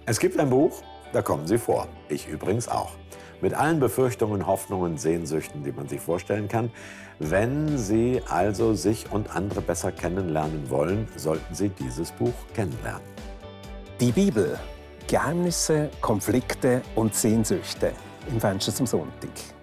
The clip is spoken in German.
Es gibt ein Buch, da kommen Sie vor. Ich übrigens auch. Mit allen Befürchtungen, Hoffnungen, Sehnsüchten, die man sich vorstellen kann. Wenn Sie also sich und andere besser kennenlernen wollen, sollten Sie dieses Buch kennenlernen. Die Bibel. Geheimnisse, Konflikte und Sehnsüchte im Fenster zum Sonntag.